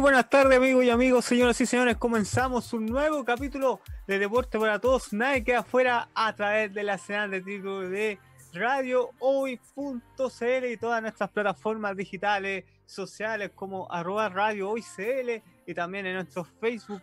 buenas tardes, amigos y amigos, señoras y señores. Comenzamos un nuevo capítulo de Deporte para Todos. Nadie queda afuera a través de la señal de título de Radio Hoy.cl y todas nuestras plataformas digitales, sociales como @Radio Hoy CL y también en nuestro Facebook,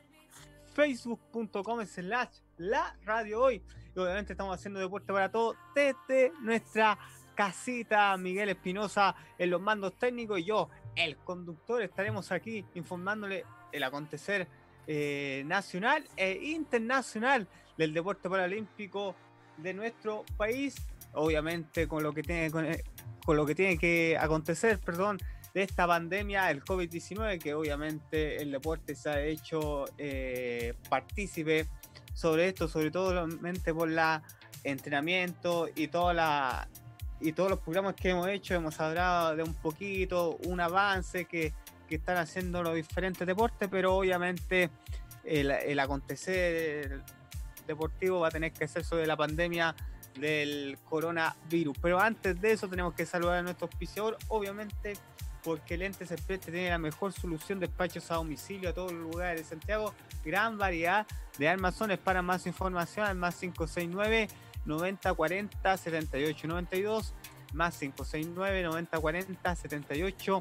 facebook.com/la Radio Hoy. Y obviamente estamos haciendo Deporte para Todos desde nuestra casita. Miguel Espinosa en los mandos técnicos y yo, el conductor, estaremos aquí informándole el acontecer nacional e internacional del deporte paralímpico de nuestro país, obviamente con lo que tiene que acontecer, de esta pandemia, el COVID-19, que obviamente el deporte se ha hecho partícipe sobre esto, sobre todo por la entrenamiento y todos los programas que hemos hecho. Hemos hablado de un avance que están haciendo los diferentes deportes, pero obviamente el acontecer deportivo va a tener que ser sobre la pandemia del coronavirus. Pero antes de eso tenemos que saludar a nuestro auspiciador, obviamente, porque Lentes Express tiene la mejor solución de despachos a domicilio a todos los lugares de Santiago, gran variedad de armazones. Para más información al más 569 90 40 78 92, más 569 90 40 78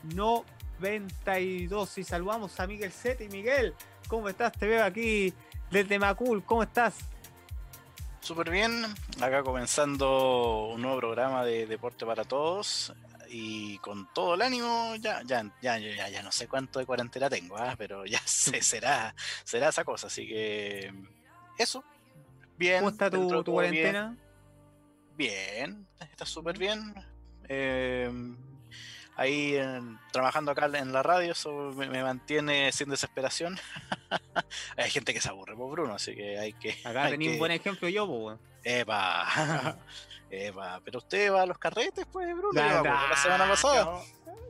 92. Y saludamos a Miguel Zete. Y Miguel, ¿cómo estás? Te veo aquí desde Macul, ¿cómo estás? Súper bien, acá comenzando un nuevo programa de Deporte para Todos y con todo el ánimo. Ya no sé cuánto de cuarentena tengo, pero ya será esa cosa, así que eso. Bien. ¿Cómo está tu cuarentena? Bien, está súper bien. Ahí trabajando acá en la radio, eso me mantiene sin desesperación. Hay gente que se aburre por Bruno, así que hay que... Acá tenía un buen ejemplo yo, pues. Epa, pero usted va a los carretes, pues, Bruno. La semana pasada. No.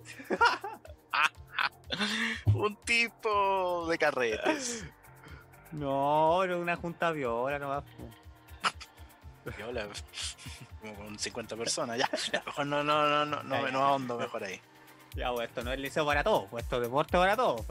Un tipo de carretes. No, era una junta viola, no va. Viola, como con 50 personas. Ya, mejor no ahondo mejor ahí. Ya, pues esto no es liceo para todos, pues esto es deporte para todos.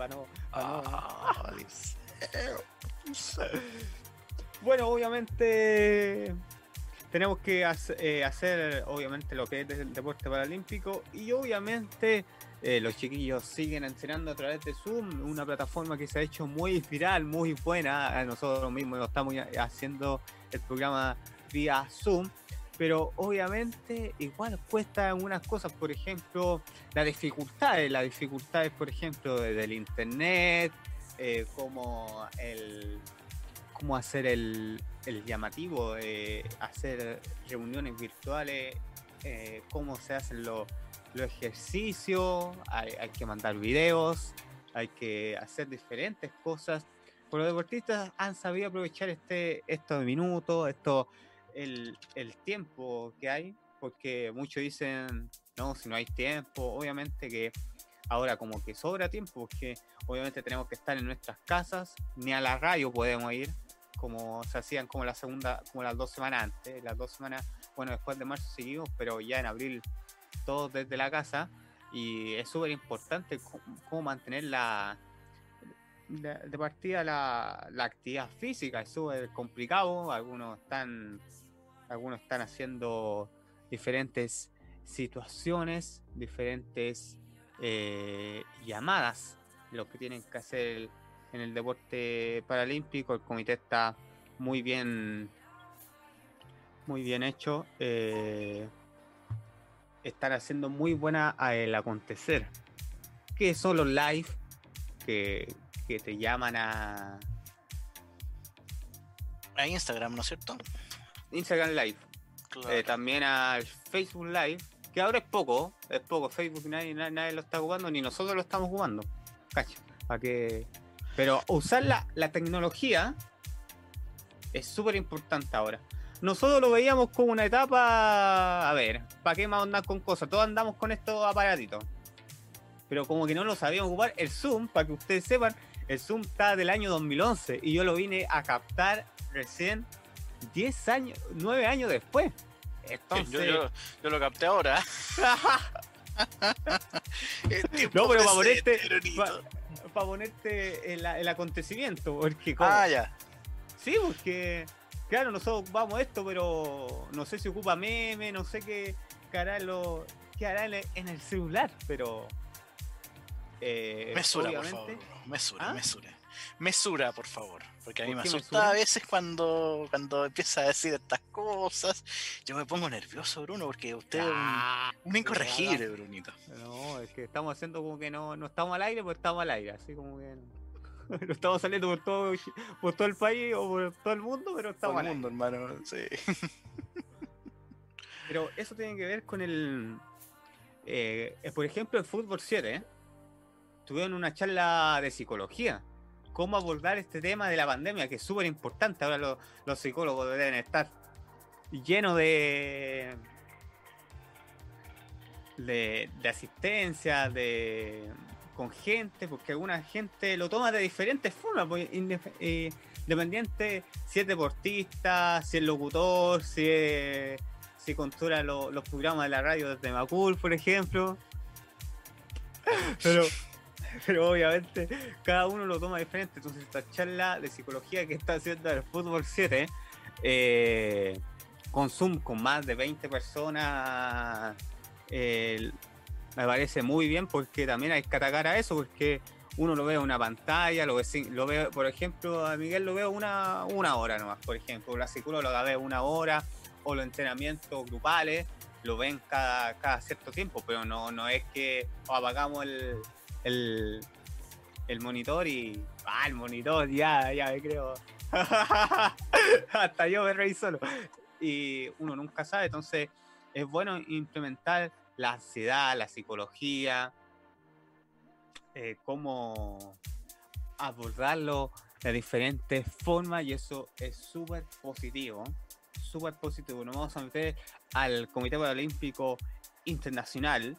Bueno, obviamente tenemos que hacer obviamente lo que es el deporte paralímpico, y obviamente los chiquillos siguen entrenando a través de Zoom, una plataforma que se ha hecho muy viral, muy buena. Nosotros mismos lo estamos haciendo el programa vía Zoom, pero obviamente igual cuesta algunas cosas. Por ejemplo, las dificultades, por ejemplo, del internet, cómo hacer el llamativo, hacer reuniones virtuales, cómo se hacen los ejercicios, hay que mandar videos, hay que hacer diferentes cosas. Pero los deportistas han sabido aprovechar estos minutos, el tiempo que hay, porque muchos dicen, no, si no hay tiempo. Obviamente que ahora como que sobra tiempo, porque obviamente tenemos que estar en nuestras casas, ni a la radio podemos ir, como se hacían como las 2 semanas antes. Las 2 semanas, bueno, después de marzo seguimos, pero ya en abril todos desde la casa, y es súper importante cómo mantener de partida la actividad física. Es súper complicado. Algunos están haciendo diferentes situaciones, diferentes llamadas, lo que tienen que hacer en el deporte paralímpico. El comité está muy bien hecho. Están haciendo muy buena el acontecer, que son los live que te llaman a Instagram, ¿no es cierto? Instagram Live, claro. También al Facebook Live, que ahora es poco Facebook, nadie lo está ocupando, ni nosotros lo estamos ocupando, cacho, pero usar la tecnología es súper importante ahora. Nosotros lo veíamos como una etapa, a ver, ¿para qué más andar con cosas? Todos andamos con estos aparatitos, pero como que no lo sabíamos ocupar. El Zoom, para que ustedes sepan, el Zoom está del año 2011 y yo lo vine a captar recién 9 años después. Entonces... Yo lo capté ahora. No, pero para ponerte el acontecimiento, porque Ah, ya. sí, porque claro, nosotros vamos a esto, pero no sé si ocupa meme, no sé qué hará en el celular, pero Mesura, por favor, obviamente. Bruno. Mesura, ¿Ah? mesura. Mesura, por favor. Porque a mí ¿Por me qué asusta a mesura? veces cuando empieza a decir estas cosas. Yo me pongo nervioso, Bruno, porque usted es Ah, un incorregible, Brunito. no, es que estamos haciendo como que no estamos al aire, pues estamos al aire, así como que no estamos saliendo por todo el país o por todo el mundo, pero Todo estamos el al mundo, aire. hermano. Sí. Pero eso tiene que ver con por ejemplo, el Fútbol 7, ¿eh? Tuvieron una charla de psicología. Cómo abordar este tema de la pandemia, que es súper importante. Ahora los psicólogos deben estar llenos de asistencia, con gente, porque alguna gente lo toma de diferentes formas, pues, independiente si es deportista, si es locutor, si controla los programas de la radio desde Macul, por ejemplo. pero pero obviamente cada uno lo toma diferente. Entonces esta charla de psicología que está haciendo el Fútbol 7 con Zoom, con más de 20 personas, me parece muy bien, porque también hay que atacar a eso, porque uno lo ve en una pantalla, lo ve, por ejemplo, a Miguel lo veo una hora nomás, por ejemplo, la psicóloga la ve una hora, o los entrenamientos grupales lo ven cada cierto tiempo, pero no es que apagamos el monitor y el monitor ya me creo. Hasta yo me reí solo. Y uno nunca sabe, entonces es bueno implementar la ansiedad, la psicología, cómo abordarlo de diferentes formas, y eso es súper positivo. Súper positivo. Nos vamos a meter al Comité Paralímpico Internacional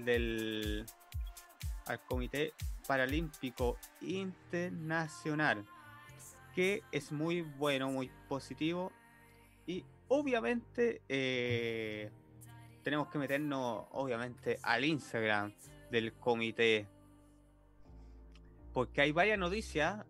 al Comité Paralímpico Internacional, que es muy bueno, muy positivo, y obviamente tenemos que meternos obviamente al Instagram del comité, porque hay varias noticias.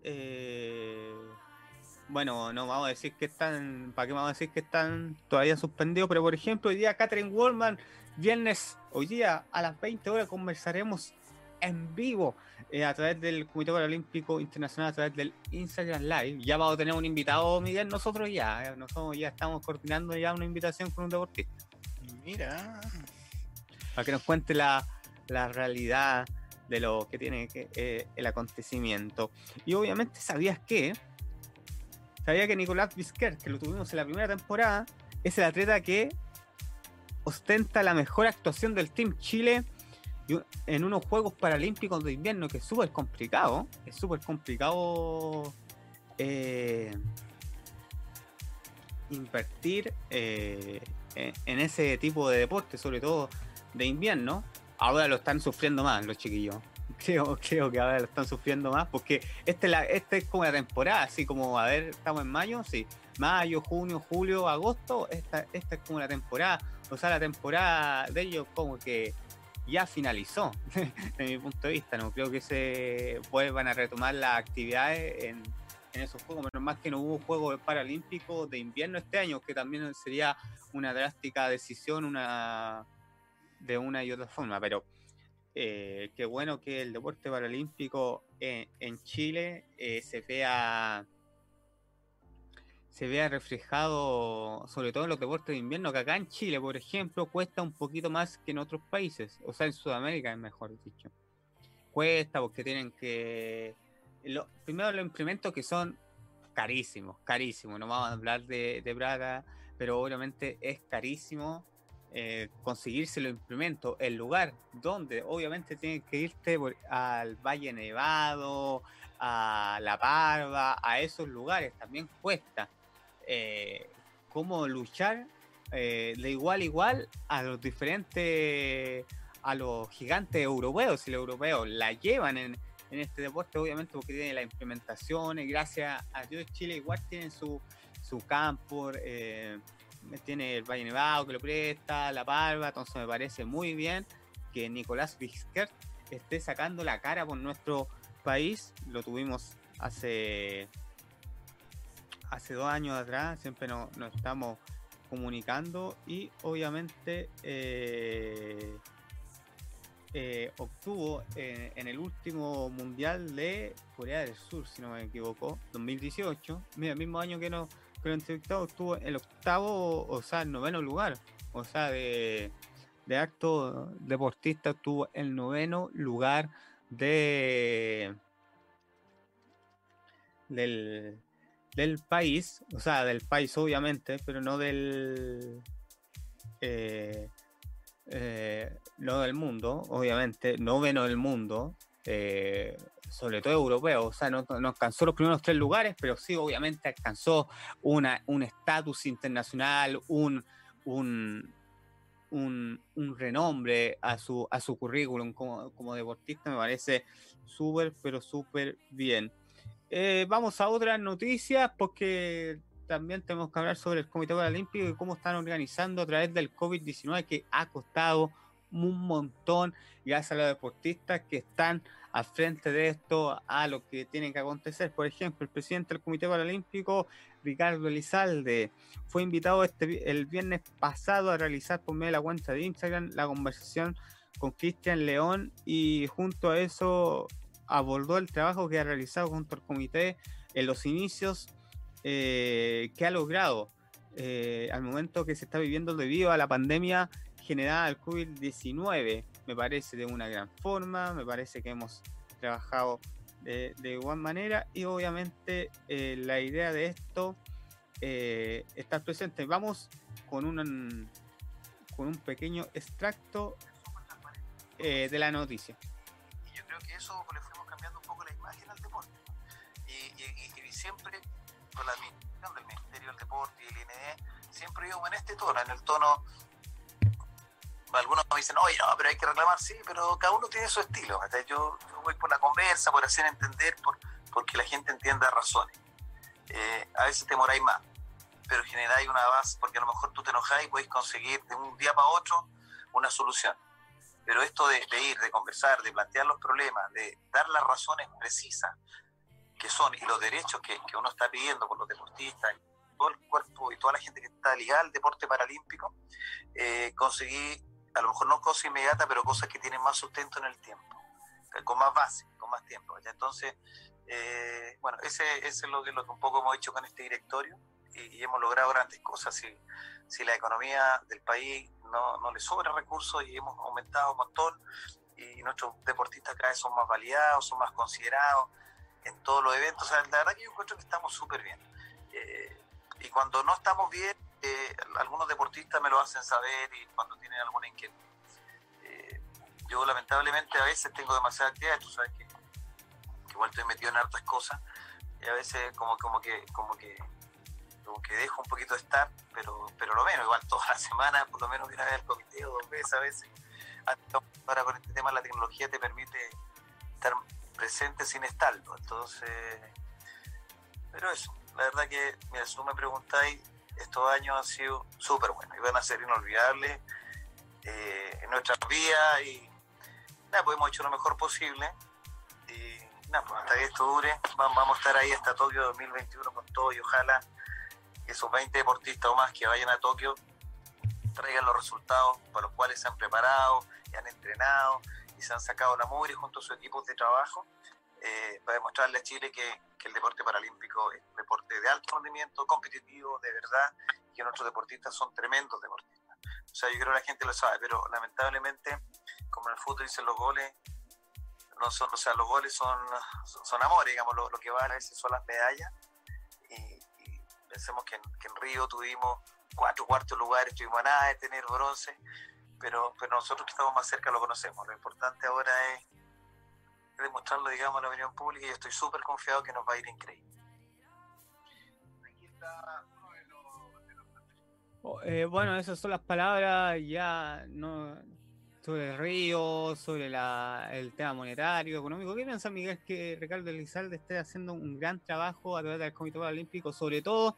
Bueno, no vamos a decir que están, ¿para qué vamos a decir que están todavía suspendidos? Pero por ejemplo, hoy día Catherine Wallman, viernes, hoy día a las 20 horas conversaremos en vivo a través del Comité Paralímpico Internacional, a través del Instagram Live. Ya vamos a tener un invitado, Miguel, nosotros ya estamos coordinando ya una invitación con un deportista. Mira. Para que nos cuente la realidad de lo que tiene el acontecimiento. Y obviamente, ¿sabía que Nicolás Vizquer, que lo tuvimos en la primera temporada, es el atleta que ostenta la mejor actuación del Team Chile en unos Juegos Paralímpicos de Invierno, que es súper complicado? Es súper complicado invertir en ese tipo de deporte, sobre todo de invierno. Ahora lo están sufriendo más los chiquillos. Creo que ahora lo están sufriendo más, porque esta es como la temporada, así como, a ver, estamos en mayo, sí, mayo, junio, julio, agosto, esta es como la temporada. O sea, la temporada de ellos como que ya finalizó, desde mi punto de vista. No creo que se vuelvan a retomar las actividades en esos juegos, pero más que no hubo juegos paralímpicos de invierno este año, que también sería una drástica decisión de una y otra forma. Pero qué bueno que el deporte paralímpico en Chile se vea reflejado, sobre todo en los deportes de invierno, que acá en Chile, por ejemplo, cuesta un poquito más que en otros países. O sea, en Sudamérica es mejor dicho. Cuesta porque tienen que... primero los implementos, que son carísimos. No vamos a hablar de plata, pero obviamente es carísimo conseguirse los implementos. El lugar donde obviamente tienen que irte al Valle Nevado, a La Parva, a esos lugares también cuesta. Cómo luchar de igual a igual a los diferentes, a los gigantes europeos. Si los europeos la llevan en este deporte, obviamente porque tienen las implementaciones, gracias a Dios Chile igual tiene su campo, tiene el Valle Nevado que lo presta, La Parva. Entonces me parece muy bien que Nicolás Vizquer esté sacando la cara por nuestro país, lo tuvimos hace 2 años atrás, siempre nos estamos comunicando y obviamente obtuvo en el último mundial de Corea del Sur, si no me equivoco, 2018, mira, el mismo año que lo entrevistado, estuvo el octavo, o sea, el noveno lugar, o sea, de acto deportista estuvo el noveno lugar del país, o sea, del país obviamente, pero no no del mundo, obviamente, noveno del mundo, sobre todo europeo, o sea, no alcanzó los primeros 3 lugares, pero sí, obviamente alcanzó un estatus internacional, un renombre a su currículum como deportista. Me parece súper, pero súper bien. Vamos a otras noticias porque también tenemos que hablar sobre el Comité Paralímpico y cómo están organizando a través del COVID-19, que ha costado un montón gracias a los deportistas que están al frente de esto, a lo que tiene que acontecer. Por ejemplo, el presidente del Comité Paralímpico, Ricardo Elizalde, fue invitado el viernes pasado a realizar por medio de la cuenta de Instagram la conversación con Cristian León, y junto a eso abordó el trabajo que ha realizado junto al comité en los inicios que ha logrado al momento que se está viviendo debido a la pandemia generada del COVID-19. Me parece de una gran forma, me parece que hemos trabajado de igual manera y obviamente la idea de esto estar presente. Vamos con un pequeño extracto de la noticia. Y yo creo que eso le fuimos cambiando un poco la imagen al deporte. Y siempre con la administración del Ministerio del Deporte y el INE, siempre íbamos en este tono, en el tono. Algunos me dicen, oye, no, pero hay que reclamar, sí, pero cada uno tiene su estilo. Yo voy por la conversa, por hacer entender, porque la gente entienda razones. A veces te demoráis más, pero generáis una base, porque a lo mejor tú te enojáis y podéis conseguir de un día para otro una solución. Pero esto de ir, de conversar, de plantear los problemas, de dar las razones precisas que son y los derechos que uno está pidiendo por los deportistas, todo el cuerpo y toda la gente que está ligada al deporte paralímpico, conseguí, a lo mejor no cosas inmediatas, pero cosas que tienen más sustento en el tiempo, con más base, con más tiempo. ¿Ya? Entonces, bueno, ese es lo que un poco hemos hecho con este directorio y hemos logrado grandes cosas. Si la economía del país no le sobra recursos y hemos aumentado un montón y nuestros deportistas cada vez son más validados, son más considerados en todos los eventos. O sea, la verdad que yo encuentro que estamos súper bien. Y cuando no estamos bien, algunos deportistas me lo hacen saber y cuando tienen alguna inquietud. Yo lamentablemente a veces tengo demasiada actividad, tú sabes que igual estoy metido en hartas cosas y a veces como que dejo un poquito de estar, pero lo menos, igual toda la semana, por lo menos una vez al comité o 2 veces a veces. Ahora con este tema la tecnología te permite estar presente sin estarlo, entonces, pero eso, la verdad que, mira, si tú me preguntáis, estos años han sido súper buenos y van a ser inolvidables en nuestras vidas y nada, pues hemos hecho lo mejor posible y nada, pues hasta que esto dure, vamos a estar ahí hasta Tokio 2021 con todo y ojalá esos 20 deportistas o más que vayan a Tokio traigan los resultados para los cuales se han preparado y han entrenado y se han sacado la mugre junto a sus equipos de trabajo para demostrarle a Chile que el deporte paralímpico es un deporte de alto rendimiento, competitivo, de verdad, y que nuestros deportistas son tremendos deportistas. O sea, yo creo que la gente lo sabe, pero lamentablemente, como en el fútbol dicen los goles, no son, o sea, los goles son amores, digamos, lo que van a veces son las medallas, y pensemos que en Río tuvimos 4 cuartos lugares, estuvimos a nada de tener bronce, pero nosotros que estamos más cerca lo conocemos. Lo importante ahora es demostrarlo, digamos, a la opinión pública y yo estoy súper confiado que nos va a ir increíble. Aquí está uno de los... bueno, esas son las palabras ya no sobre el río, sobre el tema monetario, económico. ¿Qué piensa Miguel que Ricardo Elizalde esté haciendo un gran trabajo a través del Comité Paralímpico, sobre todo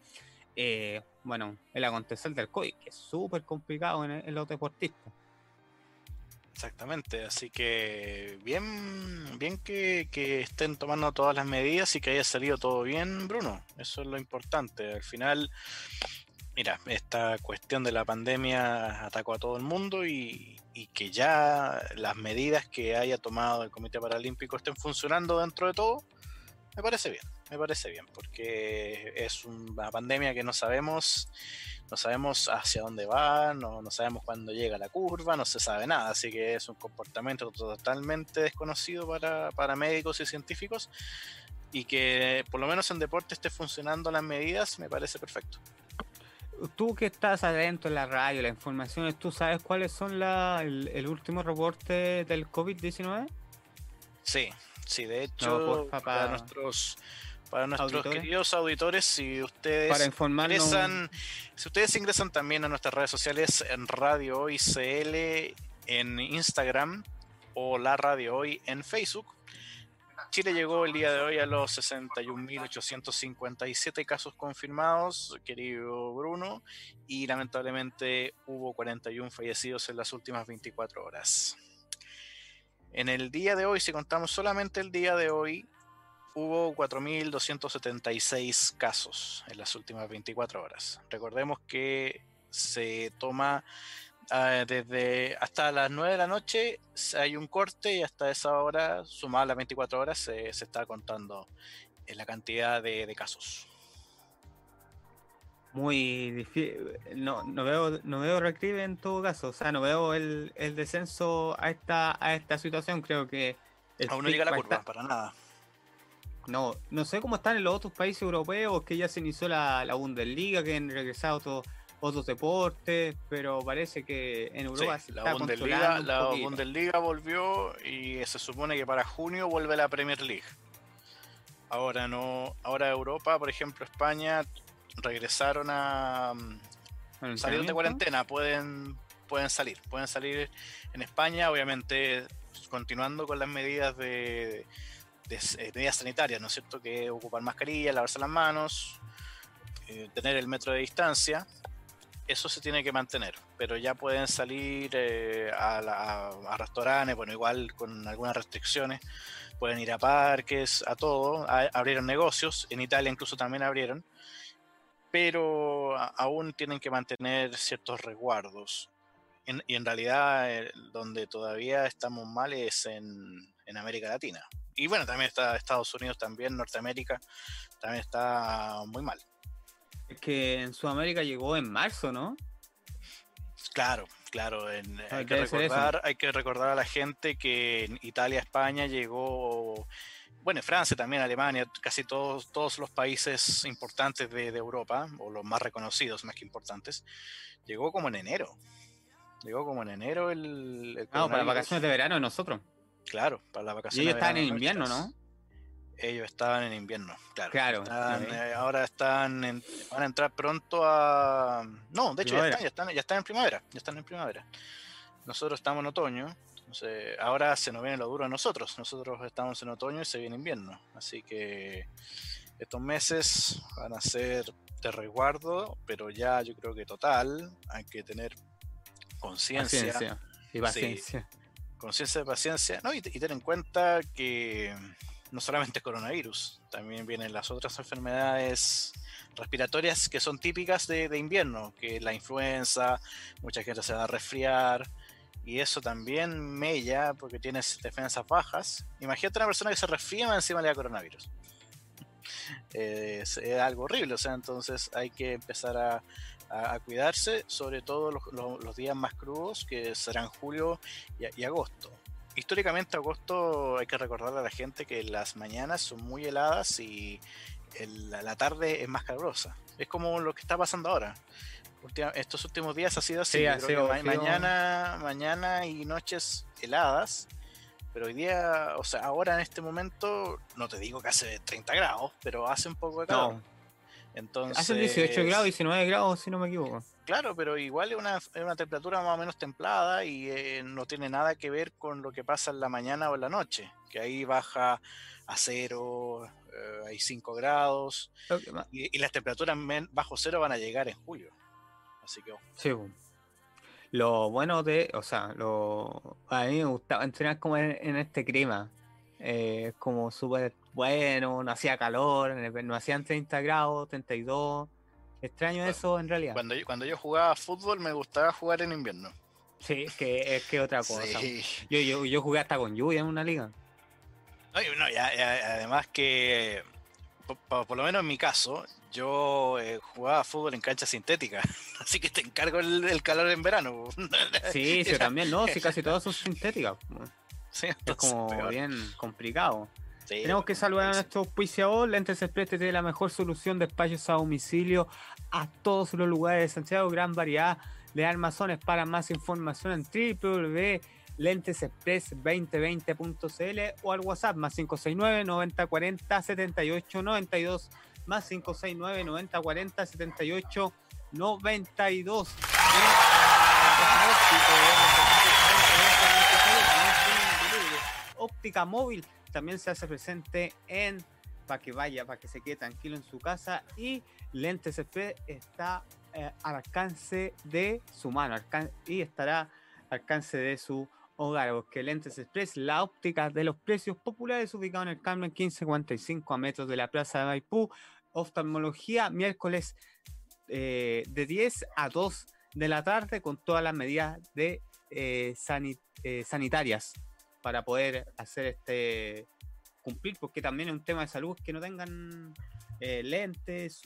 bueno, el acontecer del COVID, que es súper complicado en los deportistas? Exactamente, así que bien que estén tomando todas las medidas y que haya salido todo bien, Bruno. Eso es lo importante. Al final, mira, esta cuestión de la pandemia atacó a todo el mundo y que ya las medidas que haya tomado el Comité Paralímpico estén funcionando dentro de todo, me parece bien, porque es una pandemia que no sabemos hacia dónde va, no sabemos cuándo llega la curva, no se sabe nada, así que es un comportamiento totalmente desconocido para médicos y científicos, y que por lo menos en deporte esté funcionando las medidas, me parece perfecto. Tú que estás adentro en la radio, las informaciones, ¿tú sabes cuáles son el último reporte del COVID-19? Sí, de hecho, No, porfa, para nuestros auditores, queridos auditores, si para informarnos. ustedes ingresan también a nuestras redes sociales en Radio Hoy CL en Instagram o La Radio Hoy en Facebook, Chile llegó el día de hoy a los 61.857 casos confirmados, querido Bruno, y lamentablemente hubo 41 fallecidos en las últimas 24 horas. En el día de hoy, si contamos solamente el día de hoy, hubo 4.276 casos en las últimas 24 horas. Recordemos que se toma desde hasta las 9 de la noche hay un corte y hasta esa hora, sumada las 24 horas, se está contando la cantidad de casos. Muy difícil. No veo reclive en todo caso. O sea, no veo el descenso a esta situación. Creo que aún no llega la curva, para nada. No sé cómo están en los otros países europeos, que ya se inició la Bundesliga, que han regresado otros deportes, pero parece que en Europa sí, la Bundesliga volvió y se supone que para junio vuelve la Premier League. Ahora Europa, por ejemplo, España regresaron a salir de cuarentena, pueden salir en España, obviamente continuando con las medidas de medidas sanitarias, ¿no es cierto? Que ocupar mascarilla, lavarse las manos, tener el metro de distancia, eso se tiene que mantener, pero ya pueden salir a restaurantes, bueno, igual con algunas restricciones, pueden ir a parques, a todo, abrieron negocios, en Italia incluso también abrieron, pero aún tienen que mantener ciertos resguardos. Y en realidad donde todavía estamos mal es en América Latina. Y bueno, también está Estados Unidos, también Norteamérica, también está muy mal. Es que en Sudamérica llegó en marzo, ¿no? Claro. Hay que recordar a la gente que en Italia, España llegó, bueno, Francia también, Alemania, casi todos los países importantes de Europa, o los más reconocidos, más que importantes, llegó como en enero. El para las vacaciones de verano de nosotros. Claro, para las vacaciones. Y ellos estaban en invierno, ¿no? Ellos estaban en invierno, claro. Ahora van a entrar pronto a... No, de hecho ya están en primavera. Nosotros estamos en otoño. Entonces, ahora se nos viene lo duro a nosotros. Nosotros estamos en otoño y se viene invierno. Así que estos meses van a ser de resguardo, pero ya yo creo que total. Hay que tener conciencia. Y paciencia. Sí, conciencia de paciencia. No, y tener en cuenta que no solamente es coronavirus, también vienen las otras enfermedades respiratorias que son típicas de invierno, que es la influenza, mucha gente se va a resfriar, y eso también mella porque tienes defensas bajas. Imagínate una persona que se resfría y encima le da coronavirus. Es algo horrible, o sea, entonces hay que empezar a cuidarse, sobre todo los días más crudos, que serán julio y agosto. Históricamente agosto, hay que recordarle a la gente que las mañanas son muy heladas y la tarde es más calurosa. Es como lo que está pasando ahora. Estos últimos días ha sido así. Sí, mañana y noches heladas, pero hoy día, o sea, ahora en este momento, no te digo que hace 30 grados, pero hace un poco de calor. No. Entonces, hace 18 grados, 19 grados, si no me equivoco. Claro, pero igual es una temperatura más o menos templada y no tiene nada que ver con lo que pasa en la mañana o en la noche, que ahí baja a 0, hay 5 grados, y las temperaturas bajo cero van a llegar en julio. Así que... Sí, Lo bueno o sea, a mí me gustaba entrenar como en este clima. Como súper bueno, no hacía calor, no hacían 30 grados, 32. Extraño Cu- eso en realidad. Cuando yo jugaba fútbol me gustaba jugar en invierno. Sí, es que otra cosa. Sí. Yo jugué hasta con lluvia en una liga. No, no, además que, por lo menos en mi caso, yo jugaba fútbol en cancha sintética, así que te encargo el calor en verano. Sí, sí, Era- también, no, sí, casi todas son sintéticas. sí, Es entonces, como peor. bien complicado. Sí, Tenemos que saludar a complicadísimo. nuestro auspiciador. Lentes Express te tiene la mejor solución de espacios a domicilio a todos los lugares de Santiago. Gran variedad de armazones. Para más información en www.lentesexpress2020.cl o al WhatsApp más 569 90 40 78 92 más 569 90 40 78 92. Óptica Móvil también se hace presente para que vaya, para que se quede tranquilo en su casa, y Lentes Express está al alcance de su mano y estará al alcance de su hogar, porque Lentes Express, la óptica de los precios populares, ubicado en el Carmen 1545 a metros de la Plaza de Maipú. Oftalmología, miércoles de 10 a 2 de la tarde, con todas las medidas de sanitarias para poder hacer cumplir, porque también es un tema de salud que no tengan lentes,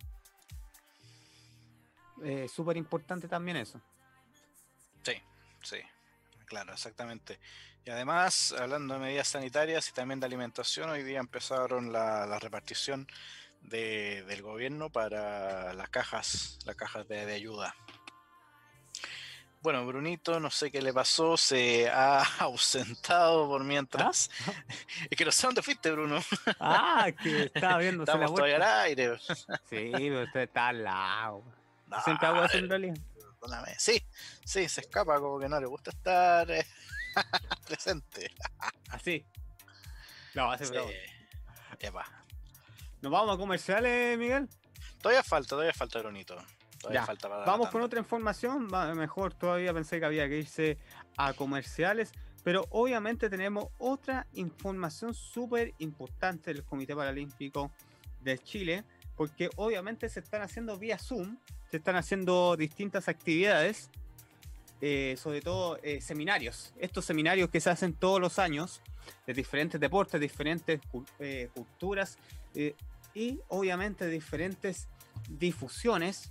súper importante también eso. Sí, claro, exactamente. Y además, hablando de medidas sanitarias y también de alimentación, hoy día empezaron la repartición del gobierno para las cajas de ayuda. Bueno, Brunito, no sé qué le pasó, se ha ausentado por mientras. ¿Ah? Es que no sé dónde fuiste, Bruno. Que estaba viéndose la Estamos todavía al vuelta. aire. Sí, pero usted está al lado. No, Yo siempre hago eso en realidad. perdóname. Sí, se escapa, como que no le gusta estar presente. Así. No, hace Sí. broma. Epa. ¿Nos vamos a comerciales, Miguel? Todavía falta, Brunito. Todavía Ya. falta para la Vamos con tanda. otra información. Mejor todavía, pensé que había que irse a comerciales. Pero obviamente tenemos otra información súper importante del Comité Paralímpico de Chile, porque obviamente se están haciendo vía Zoom, se están haciendo distintas actividades, sobre todo seminarios. Estos seminarios que se hacen todos los años, de diferentes deportes, diferentes culturas, y obviamente diferentes difusiones.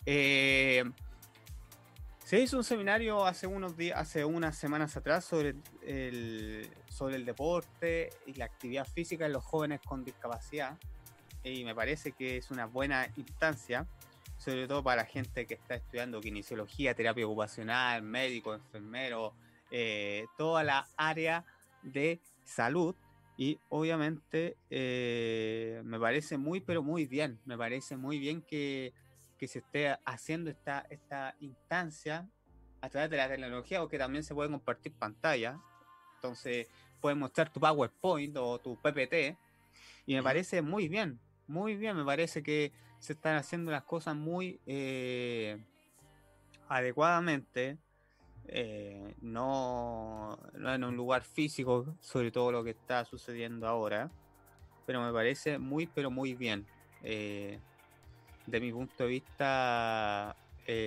Se hizo un seminario hace unas semanas atrás sobre el deporte y la actividad física en los jóvenes con discapacidad, y me parece que es una buena instancia, sobre todo para la gente que está estudiando kinesiología, terapia ocupacional, médico, enfermero, toda la área de salud. Y obviamente me parece pero muy bien, me parece muy bien que se esté haciendo esta instancia a través de la tecnología, porque también se puede compartir pantalla. Entonces puedes mostrar tu PowerPoint o tu PPT, y me parece muy bien, me parece que se están haciendo las cosas muy adecuadamente, no en un lugar físico, sobre todo lo que está sucediendo ahora, pero me parece pero muy bien. De mi punto de vista,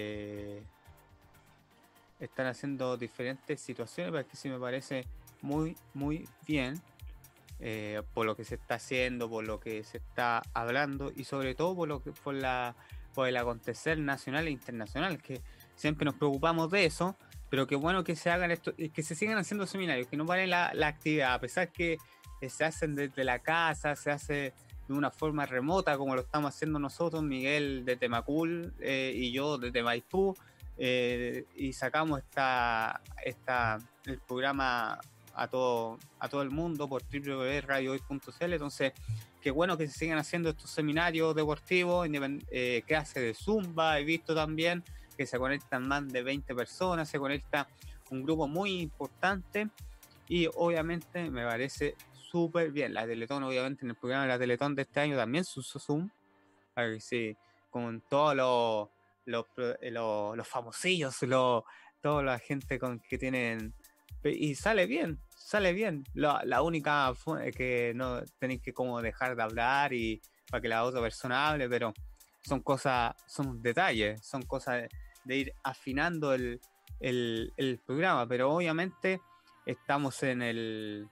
están haciendo diferentes situaciones, porque sí me parece muy bien, por lo que se está haciendo, por lo que se está hablando, y sobre todo por el acontecer nacional e internacional, que siempre nos preocupamos de eso, pero qué bueno que se hagan esto, que se sigan haciendo seminarios, que no paren la actividad, a pesar que se hacen desde la casa, se hace de una forma remota, como lo estamos haciendo nosotros, Miguel desde Macul, y yo desde Maipú, y sacamos el programa a todo el mundo por www.radiohoy.cl. Entonces, qué bueno que se sigan haciendo estos seminarios deportivos, clases de Zumba, he visto también que se conectan más de 20 personas, se conecta un grupo muy importante, y obviamente me parece súper bien. La Teletón, obviamente, en el programa de la Teletón de este año también se usó Zoom, sí, con todos los famosillos, toda la gente con que tienen, y sale bien, sale bien. La única que no tenéis que como dejar de hablar y para que la otra persona hable, pero son cosas, son detalles, son cosas de ir afinando el programa, pero obviamente estamos en el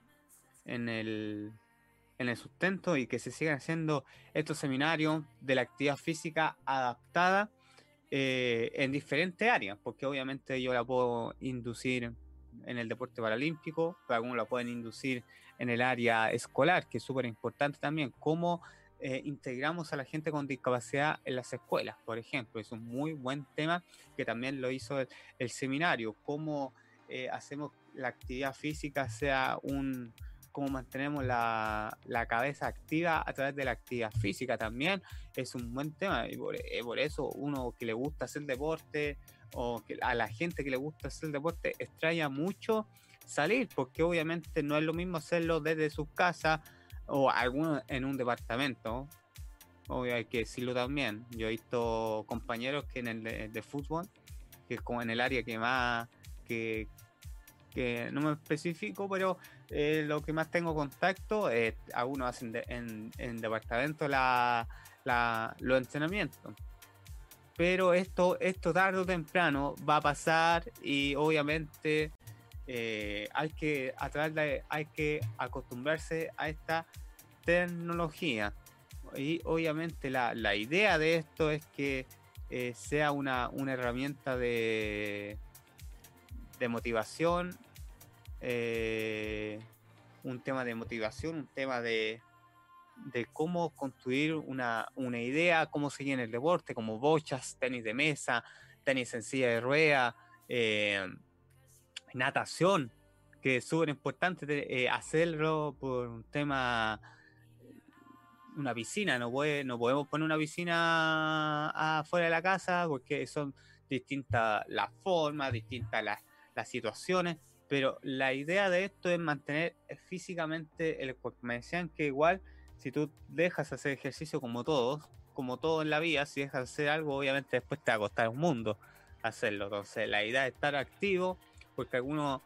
sustento y que se sigan haciendo estos seminarios de la actividad física adaptada en diferentes áreas, porque obviamente yo la puedo inducir en el deporte paralímpico, pero algunos la pueden inducir en el área escolar, que es súper importante también, cómo integramos a la gente con discapacidad en las escuelas, por ejemplo. Es un muy buen tema que también lo hizo el seminario, cómo hacemos la actividad física sea cómo mantenemos la cabeza activa a través de la actividad física también es un buen tema, y por eso uno que le gusta hacer deporte o que a la gente que le gusta hacer deporte extraña mucho salir, porque obviamente no es lo mismo hacerlo desde sus casas o algunos en un departamento. Obvio, hay que decirlo también. Yo he visto compañeros que en el de fútbol, que es como en el área que más que no me especifico, pero lo que más tengo contacto, algunos hacen en departamento los entrenamientos. Pero esto tarde o temprano va a pasar y obviamente hay que acostumbrarse a esta tecnología. Y obviamente la idea de esto es que sea una herramienta de motivación, un tema de motivación, un tema de cómo construir una idea, cómo seguir en el deporte, como bochas, tenis de mesa, tenis en silla de rueda, natación, que es súper importante hacerlo por un tema, una piscina, no podemos poner una piscina afuera de la casa porque son distintas las formas, distintas las situaciones, pero la idea de esto es mantener físicamente el cuerpo. Me decían que igual si tú dejas hacer ejercicio como todo en la vida, si dejas hacer algo, obviamente después te va a costar un mundo hacerlo. Entonces la idea es estar activo, porque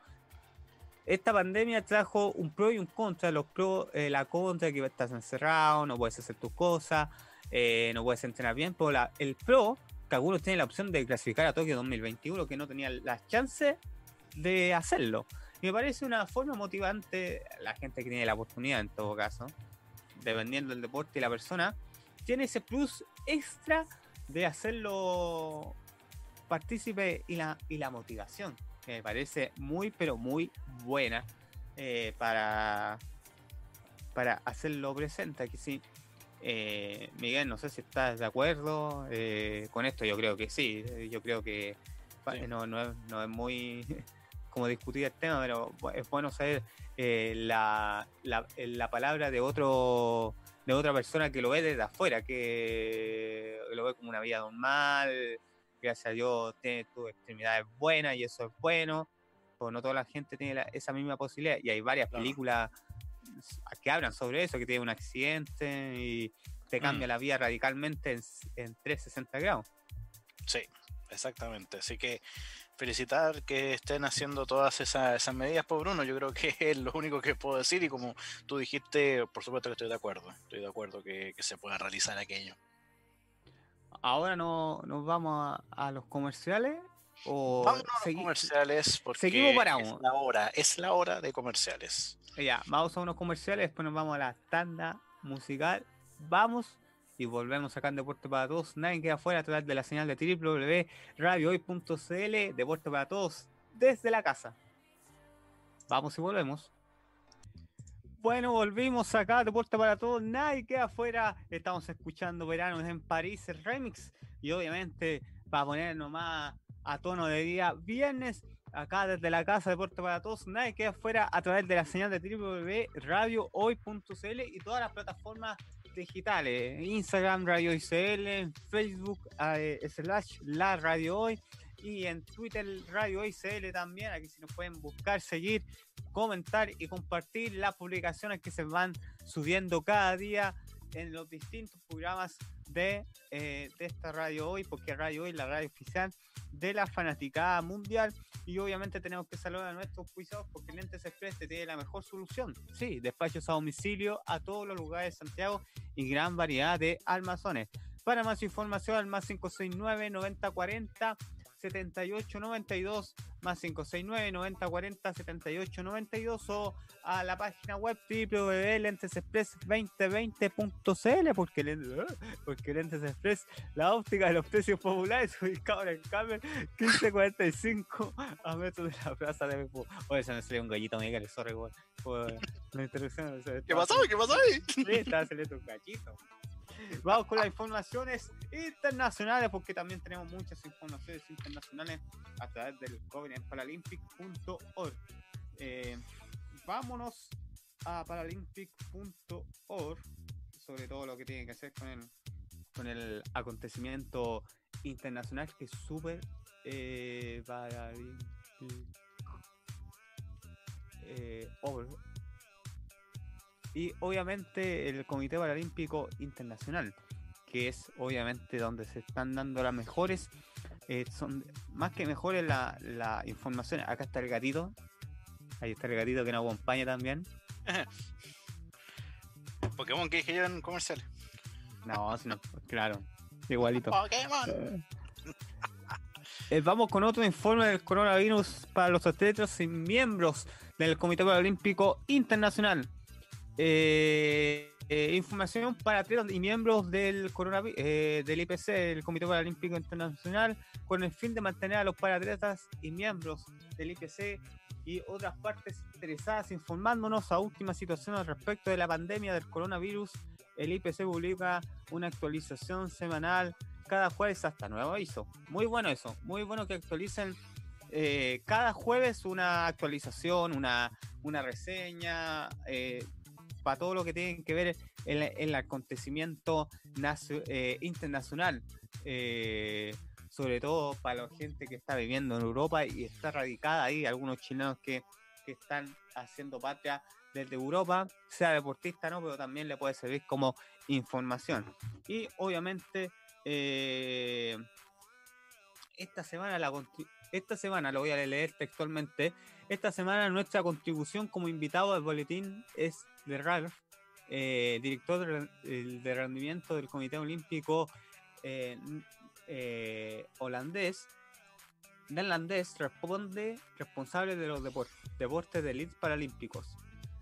esta pandemia trajo un pro y un contra. Los pros, la contra, que estás encerrado, no puedes hacer tus cosas, no puedes entrenar bien, pero el pro, que algunos tienen la opción de clasificar a Tokio 2021, que no tenían las chances de hacerlo. Y me parece una forma motivante. La gente que tiene la oportunidad, en todo caso, dependiendo del deporte y la persona, tiene ese plus extra de hacerlo partícipe y la motivación, que me parece muy, pero muy buena para hacerlo presente. Aquí sí, Miguel, no sé si estás de acuerdo con esto. Yo creo que sí, yo creo que sí. No es muy como discutir el tema, pero es bueno saber la palabra de otra persona que lo ve desde afuera, que lo ve como una vida normal. Gracias a Dios tiene tus extremidades buenas y eso es bueno, pero no toda la gente tiene esa misma posibilidad, y hay varias películas que hablan sobre eso, que tiene un accidente y te cambia la vida radicalmente en 360 grados. Sí, exactamente, así que felicitar que estén haciendo todas esas medidas, por Bruno. Yo creo que es lo único que puedo decir, y como tú dijiste, por supuesto que estoy de acuerdo que se pueda realizar aquello. Ahora nos vamos a los comerciales, o vámonos a los comerciales, porque seguimos paramos. Es la hora de comerciales. Ya, vamos a unos comerciales, después nos vamos a la tanda musical, vamos y volvemos acá en Deporte para Todos. Nadie queda afuera a través de la señal de www.radiohoy.cl. Deporte para Todos desde la casa. Vamos y volvemos. Bueno, volvimos acá, Deporte para Todos, nadie queda afuera. Estamos escuchando Veranos en París, el remix, y obviamente para ponernos más a tono de día viernes, acá desde la casa, Deporte para Todos, nadie queda afuera a través de la señal de www.radiohoy.cl y todas las plataformas digitales, Instagram Radio ICL, Facebook /la Radio Hoy, y en Twitter Radio ICL también. Aquí si nos pueden buscar, seguir, comentar y compartir las publicaciones que se van subiendo cada día en los distintos programas de esta Radio Hoy, porque Radio Hoy es la radio oficial de la fanaticada mundial. Y obviamente tenemos que saludar a nuestros auspiciadores, porque Lentes Express te tiene la mejor solución. Sí, despachos a domicilio a todos los lugares de Santiago y gran variedad de almacenes. Para más información, al más 569 9040 7892, más 569 9040 7892, o a la página web www.lentesexpress2020.cl, porque Lentes Express, la óptica de los precios populares, ubicado en el Camel 1545 a metros de la plaza de Bepú. Oye, se me salió un gallito, Miguel, sorry por la interrupción. ¿Qué pasó? ¿Qué pasó ahí? Sí, estaba saliendo un gallito. Vamos con las informaciones internacionales, porque también tenemos muchas informaciones internacionales a través del covenantparalympic.org. Vámonos a paralympic.org, sobre todo lo que tiene que hacer con el acontecimiento internacional, que es súper y obviamente el Comité Paralímpico Internacional, que es obviamente donde se están dando las mejores, son más que mejores la información. Acá está el gatito, ahí está el gatito que nos acompaña también. Pokémon que dije yo en comercial. No, sino, claro, igualito. Pokémon. Vamos con otro informe del coronavirus para los atletas y miembros del Comité Paralímpico Internacional. Información para atletas y miembros del IPC, el Comité Paralímpico Internacional, con el fin de mantener a los paratletas y miembros del IPC y otras partes interesadas informándonos a última situación al respecto de la pandemia del coronavirus. El IPC publica una actualización semanal cada jueves hasta nuevo aviso. Muy bueno eso, muy bueno que actualicen cada jueves una actualización, una reseña, para todo lo que tiene que ver en el acontecimiento internacional, sobre todo para la gente que está viviendo en Europa y está radicada ahí, algunos chilenos que están haciendo patria desde Europa, sea deportista no, pero también le puede servir como información. Y obviamente esta semana lo voy a leer textualmente. Esta semana nuestra contribución como invitado al boletín es de Ralf, director de rendimiento del Comité Olímpico neerlandés, responsable de los deportes de élite paralímpicos.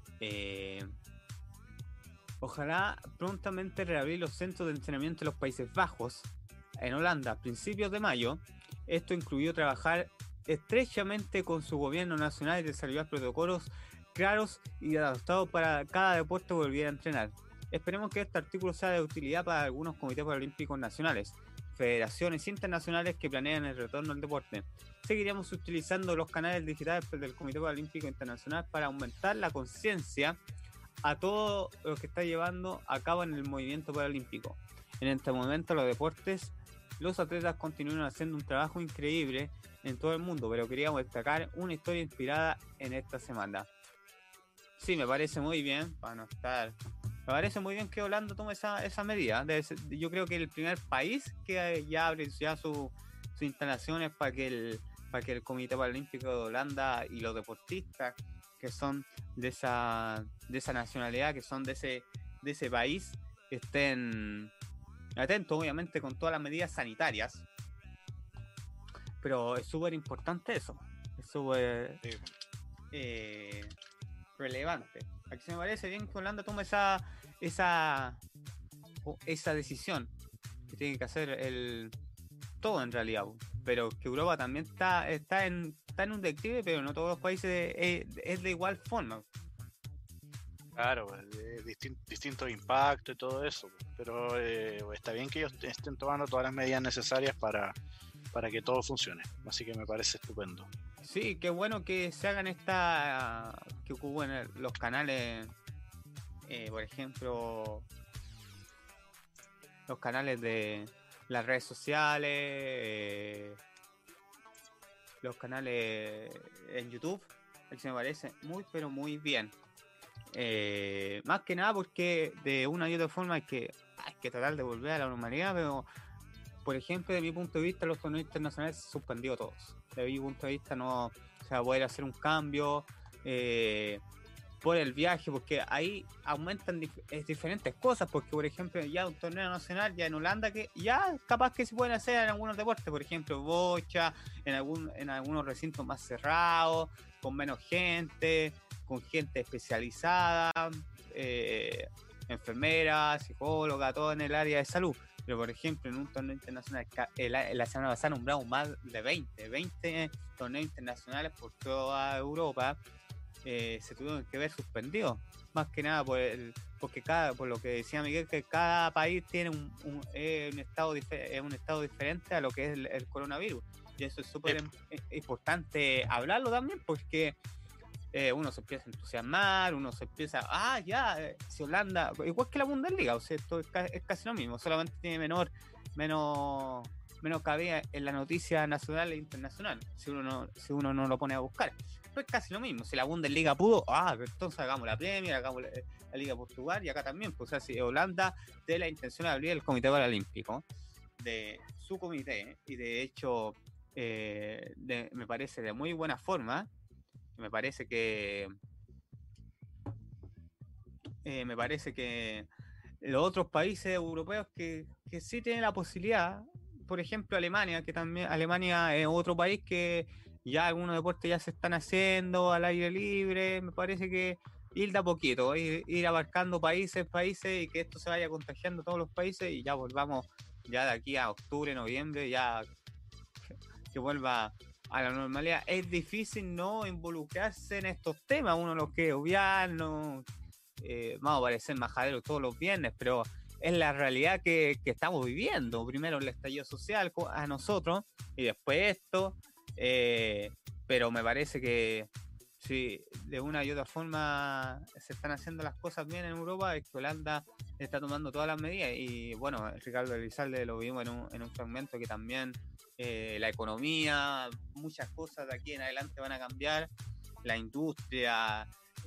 Ojalá prontamente reabrir los centros de entrenamiento en los Países Bajos, en Holanda, a principios de mayo. Esto incluyó trabajar estrechamente con su gobierno nacional y desarrollar protocolos claros y adaptados para cada deporte volviera a entrenar. Esperemos que este artículo sea de utilidad para algunos comités paralímpicos nacionales, federaciones internacionales que planean el retorno al deporte. Seguiremos utilizando los canales digitales del Comité Paralímpico Internacional para aumentar la conciencia a todo lo que está llevando a cabo en el movimiento paralímpico. En este momento los atletas continúan haciendo un trabajo increíble en todo el mundo, pero queríamos destacar una historia inspirada en esta semana. Sí, me parece muy bien, para no estar... Me parece muy bien que Holanda tome esa medida. Yo creo que el primer país que ya abre ya sus instalaciones para que el Comité Paralímpico de Holanda y los deportistas que son de esa nacionalidad, que son de ese país, estén atentos, obviamente, con todas las medidas sanitarias. Pero es súper importante eso. Es súper relevante. Aquí se me parece bien que Holanda tome esa decisión que tiene que hacer todo en realidad, pero que Europa también está en un declive, pero no todos los países es de igual forma. Claro, distintos impactos y todo eso, pero está bien que ellos estén tomando todas las medidas necesarias para que todo funcione, así que me parece estupendo. Sí, qué bueno que se hagan que ocupen los canales, por ejemplo, los canales de las redes sociales, los canales en YouTube, que se me parece muy, pero muy bien. Más que nada porque de una y otra forma hay que tratar de volver a la normalidad, pero por ejemplo, de mi punto de vista, los torneos internacionales se han suspendido todos. De mi punto de vista no se va a poder hacer un cambio por el viaje, porque ahí aumentan diferentes cosas, porque por ejemplo ya un torneo nacional ya en Holanda, que ya capaz que se pueden hacer en algunos deportes, por ejemplo bocha, en algunos recintos más cerrados, con menos gente, con gente especializada, enfermera, psicóloga, todo en el área de salud. Pero por ejemplo en un torneo internacional, la semana pasada nombramos más de 20 torneos internacionales por toda Europa, se tuvieron que ver suspendidos, más que nada porque por lo que decía Miguel, que cada país tiene un estado diferente a lo que es el coronavirus, y eso es súper importante hablarlo también, porque uno se empieza a entusiasmar, uno se empieza, si Holanda, igual que la Bundesliga, o sea, esto es casi lo mismo, solamente tiene menos cabida en la noticia nacional e internacional, si uno no lo pone a buscar. Pues casi lo mismo, si la Bundesliga pudo, entonces hagamos la Premier, hagamos la Liga de Portugal, y acá también, pues, o sea, si Holanda tiene la intención de abrir el Comité Paralímpico, de su comité, y de hecho me parece de muy buena forma. Me parece que los otros países europeos que sí tienen la posibilidad, por ejemplo Alemania, que también Alemania es otro país que ya algunos deportes ya se están haciendo al aire libre, me parece que ir de a poquito, ir abarcando países y que esto se vaya contagiando a todos los países y ya volvamos ya de aquí a octubre, noviembre, ya que vuelva a la normalidad. Es difícil no involucrarse en estos temas, uno lo quiere obviar, no vamos a parecer majaderos todos los viernes, pero es la realidad que estamos viviendo. Primero el estallido social a nosotros y después esto, pero me parece que si de una y otra forma se están haciendo las cosas bien en Europa, es que Holanda está tomando todas las medidas. Y bueno, Ricardo Elizalde lo vimos en un fragmento que también la economía, muchas cosas de aquí en adelante van a cambiar, la industria,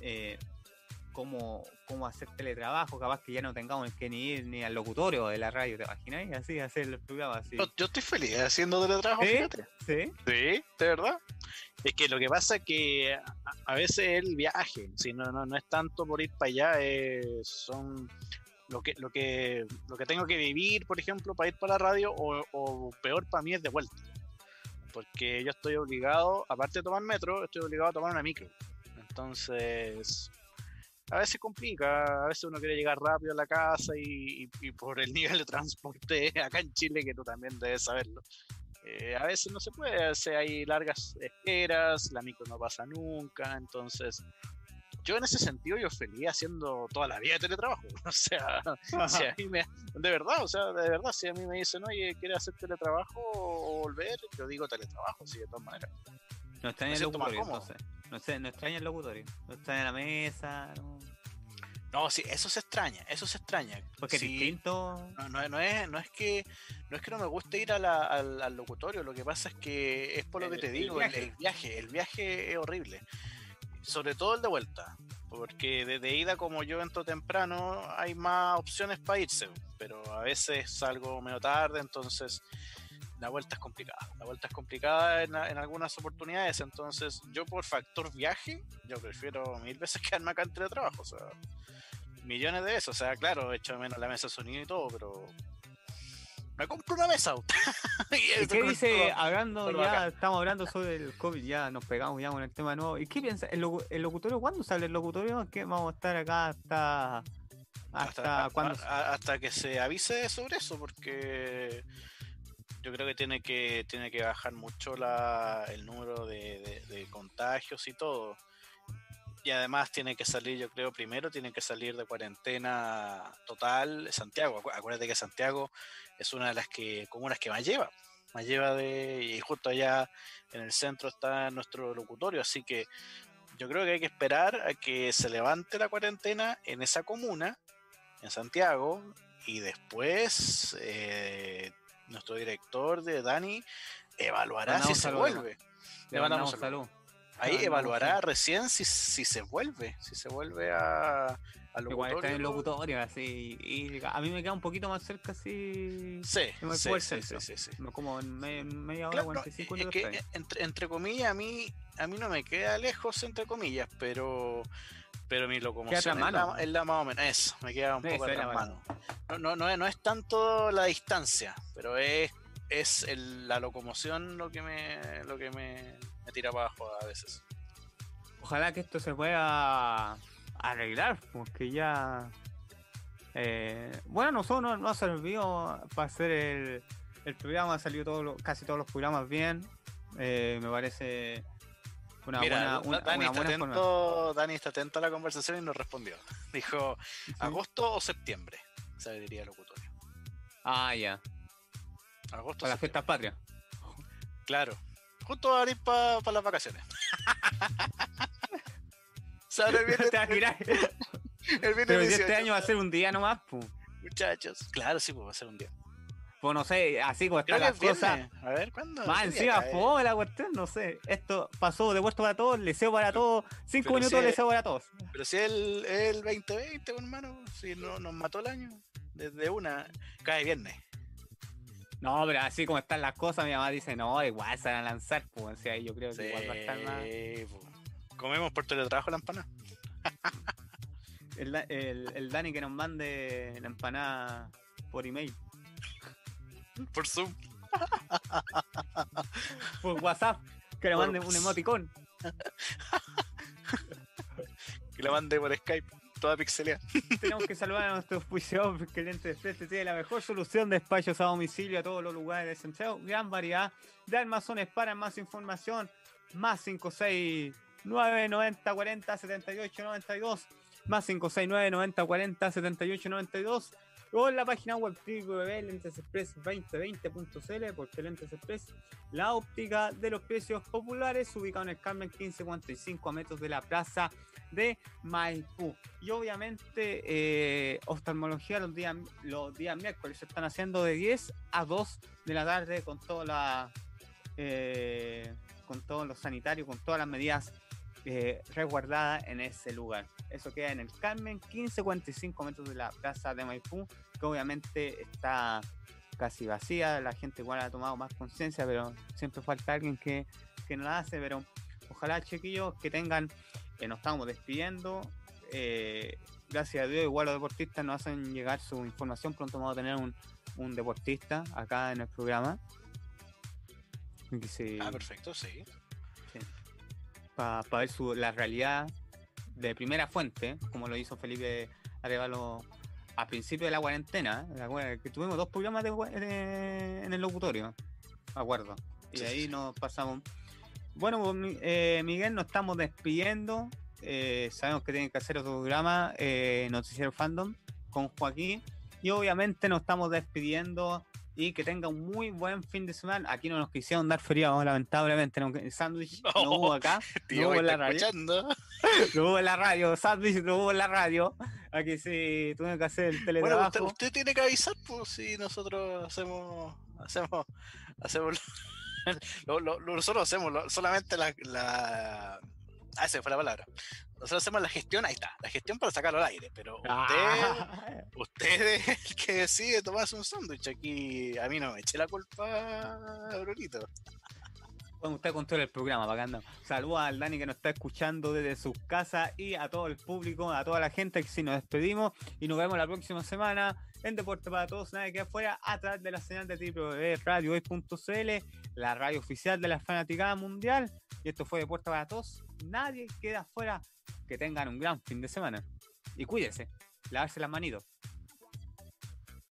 cómo hacer teletrabajo, capaz que ya no tengamos que ni ir ni al locutorio de la radio, ¿te imagináis? Así hacer el programa así. Yo estoy feliz haciendo teletrabajo, fíjate. ¿Sí? Sí, de verdad. Es que lo que pasa es que a veces el viaje, si no es tanto por ir para allá, son lo que tengo que vivir, por ejemplo, para ir para la radio, o peor para mí es de vuelta. Porque yo estoy obligado, aparte de tomar metro, estoy obligado a tomar una micro. Entonces, a veces complica, a veces uno quiere llegar rápido a la casa y por el nivel de transporte acá en Chile, que tú también debes saberlo, a veces no se puede, hay largas esperas, la micro no pasa nunca, entonces yo en ese sentido yo feliz haciendo toda la vida de teletrabajo. O sea, si a mí de verdad, si a mí me dicen, oye, ¿quieres hacer teletrabajo o volver? Yo digo teletrabajo, sí, de todas maneras. No extraña el locutorio, entonces. No extraña el locutorio, no extraña la mesa, no. No, sí, eso se extraña. Porque sí, es distinto. No es que no me guste ir al locutorio, lo que pasa es que es por lo que te digo, el viaje es horrible. Sobre todo el de vuelta, porque de ida, como yo entro temprano, hay más opciones para irse, pero a veces salgo medio tarde, entonces la vuelta es complicada en algunas oportunidades. Entonces yo por factor viaje, yo prefiero 1000 veces quedarme acá en teletrabajo, o sea, millones de veces, o sea, claro, echo de menos la mesa de sonido y todo, pero me compro una mesa. ¿Y qué dice, estamos hablando sobre el COVID, ya nos pegamos ya con el tema nuevo? ¿Y qué piensa? ¿El locutorio cuándo sale el locutorio? ¿Qué vamos a estar acá hasta que se avise sobre eso? Porque yo creo que tiene que bajar mucho el número de contagios y todo. Y además tiene que salir, yo creo, primero tiene que salir de cuarentena total Santiago. Acuérdate que Santiago es una de las comunas que más lleva y justo allá en el centro está nuestro locutorio, así que yo creo que hay que esperar a que se levante la cuarentena en esa comuna, en Santiago, y después nuestro director de Dani evaluará si se vuelve. Le mandamos salud. Ahí no, evaluará no, recién si se vuelve a igual está en el locutorio. locutorio, así. Y a mí me queda un poquito más cerca, así. Sí, De Maipú sí, al sí, sí, centro. sí, sí. Como en media hora, Claro, no, 45 es minutos que está ahí. entre comillas a mí no me queda lejos, entre comillas, pero mi Queda locomoción atrás mano. es la más o menos, eso, me queda un poco Eso es atrás la verdad. mano. No es tanto la distancia, pero es la locomoción lo que me tira para abajo a veces. Ojalá que esto se pueda arreglar, porque ya. Bueno, nosotros no ha servido para hacer el programa, ha salido casi todos los programas bien. Me parece una Mira, buena forma. Dani está atento a la conversación y nos respondió. Dijo, ¿Sí? ¿agosto o septiembre? Se diría locutorio. Ah, ya. Agosto o Para las septiembre. fiestas patrias. Claro. Justo va a ir para las vacaciones. ¿Sabes? Te vas a girar. El viernes Pero si 18. este año va a ser un día nomás, pues. Muchachos. Claro, sí, pues va a ser un día. Pues no sé, así como Creo están que las es cosas. viernes. A ver, ¿cuándo? Más ¿Qué día encima, cae? fome la cuestión, no sé. Esto pasó de puesto para todos, leseo para todos, 5 Pero minutos si leseo para todos. Pero si el 2020, hermano, si no nos mató el año. Desde una, cae viernes. No, pero así como están las cosas, mi mamá dice, no, igual se van a lanzar, pues. O sea, yo creo que Sí, igual va a estar más. po. Comemos por teletrabajo la empanada. El Dani que nos mande la empanada por email, Por Zoom. por WhatsApp, que le Por- mande un emoticón. Que la mande por Skype. Toda pixeleada. Tenemos que saludar a nuestro auspiciador, porque el Lente de Frente tiene la mejor solución de despachos a domicilio a todos los lugares de Santiago. Gran variedad de almacenes. Para más información, más 569 90 40 78 92, más 569 90 40 78 92, o en la página web www.lentesexpress2020.cl, porque Lentes Express, la óptica de los precios populares, ubicado en el Carmen 1545 a metros de la plaza de Maipú. Y obviamente oftalmología los días miércoles se están haciendo de 10 a 2 de la tarde con toda con todo lo sanitario, con todas las medidas resguardadas en ese lugar. Eso queda en el Carmen, 1545 metros de la plaza de Maipú, que obviamente está casi vacía. La gente igual ha tomado más conciencia, pero siempre falta alguien que no la hace. Pero ojalá, chiquillos, que tengan, nos estamos despidiendo. Gracias a Dios, igual los deportistas nos hacen llegar su información. Pronto vamos a tener un deportista acá en el programa. Perfecto, sí. Para ver la realidad de primera fuente, como lo hizo Felipe Arevalo a principio de la cuarentena, que tuvimos 2 programas en el locutorio, me acuerdo, y Sí, ahí sí. nos pasamos. Bueno, pues, Miguel, nos estamos despidiendo. Sabemos que tienen que hacer otro programa, Noticiero Fandom, con Joaquín, y obviamente nos estamos despidiendo. Y que tenga un muy buen fin de semana. Aquí no nos quisieron dar feriado, lamentablemente. El sándwich no hubo acá. Tío, No hubo en la está radio. escuchando. No hubo en la radio. Sándwich no hubo en la radio. Aquí sí tuvimos que hacer el Bueno, teletrabajo. usted tiene que avisar, pues, si nosotros hacemos nosotros hacemos solamente esa fue la palabra. Nosotros hacemos la gestión, ahí está, la gestión para sacarlo al aire, pero usted es el que decide tomarse un sándwich. Aquí a mí no me eche la culpa, Brunito. Bueno, usted controla el programa, bacán. Saludos al Dani que nos está escuchando desde sus casas, y a todo el público, a toda la gente, que sí, nos despedimos y nos vemos la próxima semana en Deporte para Todos, nadie queda afuera, a través de la señal de www.radiohoy.cl, la radio oficial de la fanaticada mundial. Y esto fue Deporte para Todos, nadie queda afuera. Que tengan un gran fin de semana y cuídense, lavarse las manitos.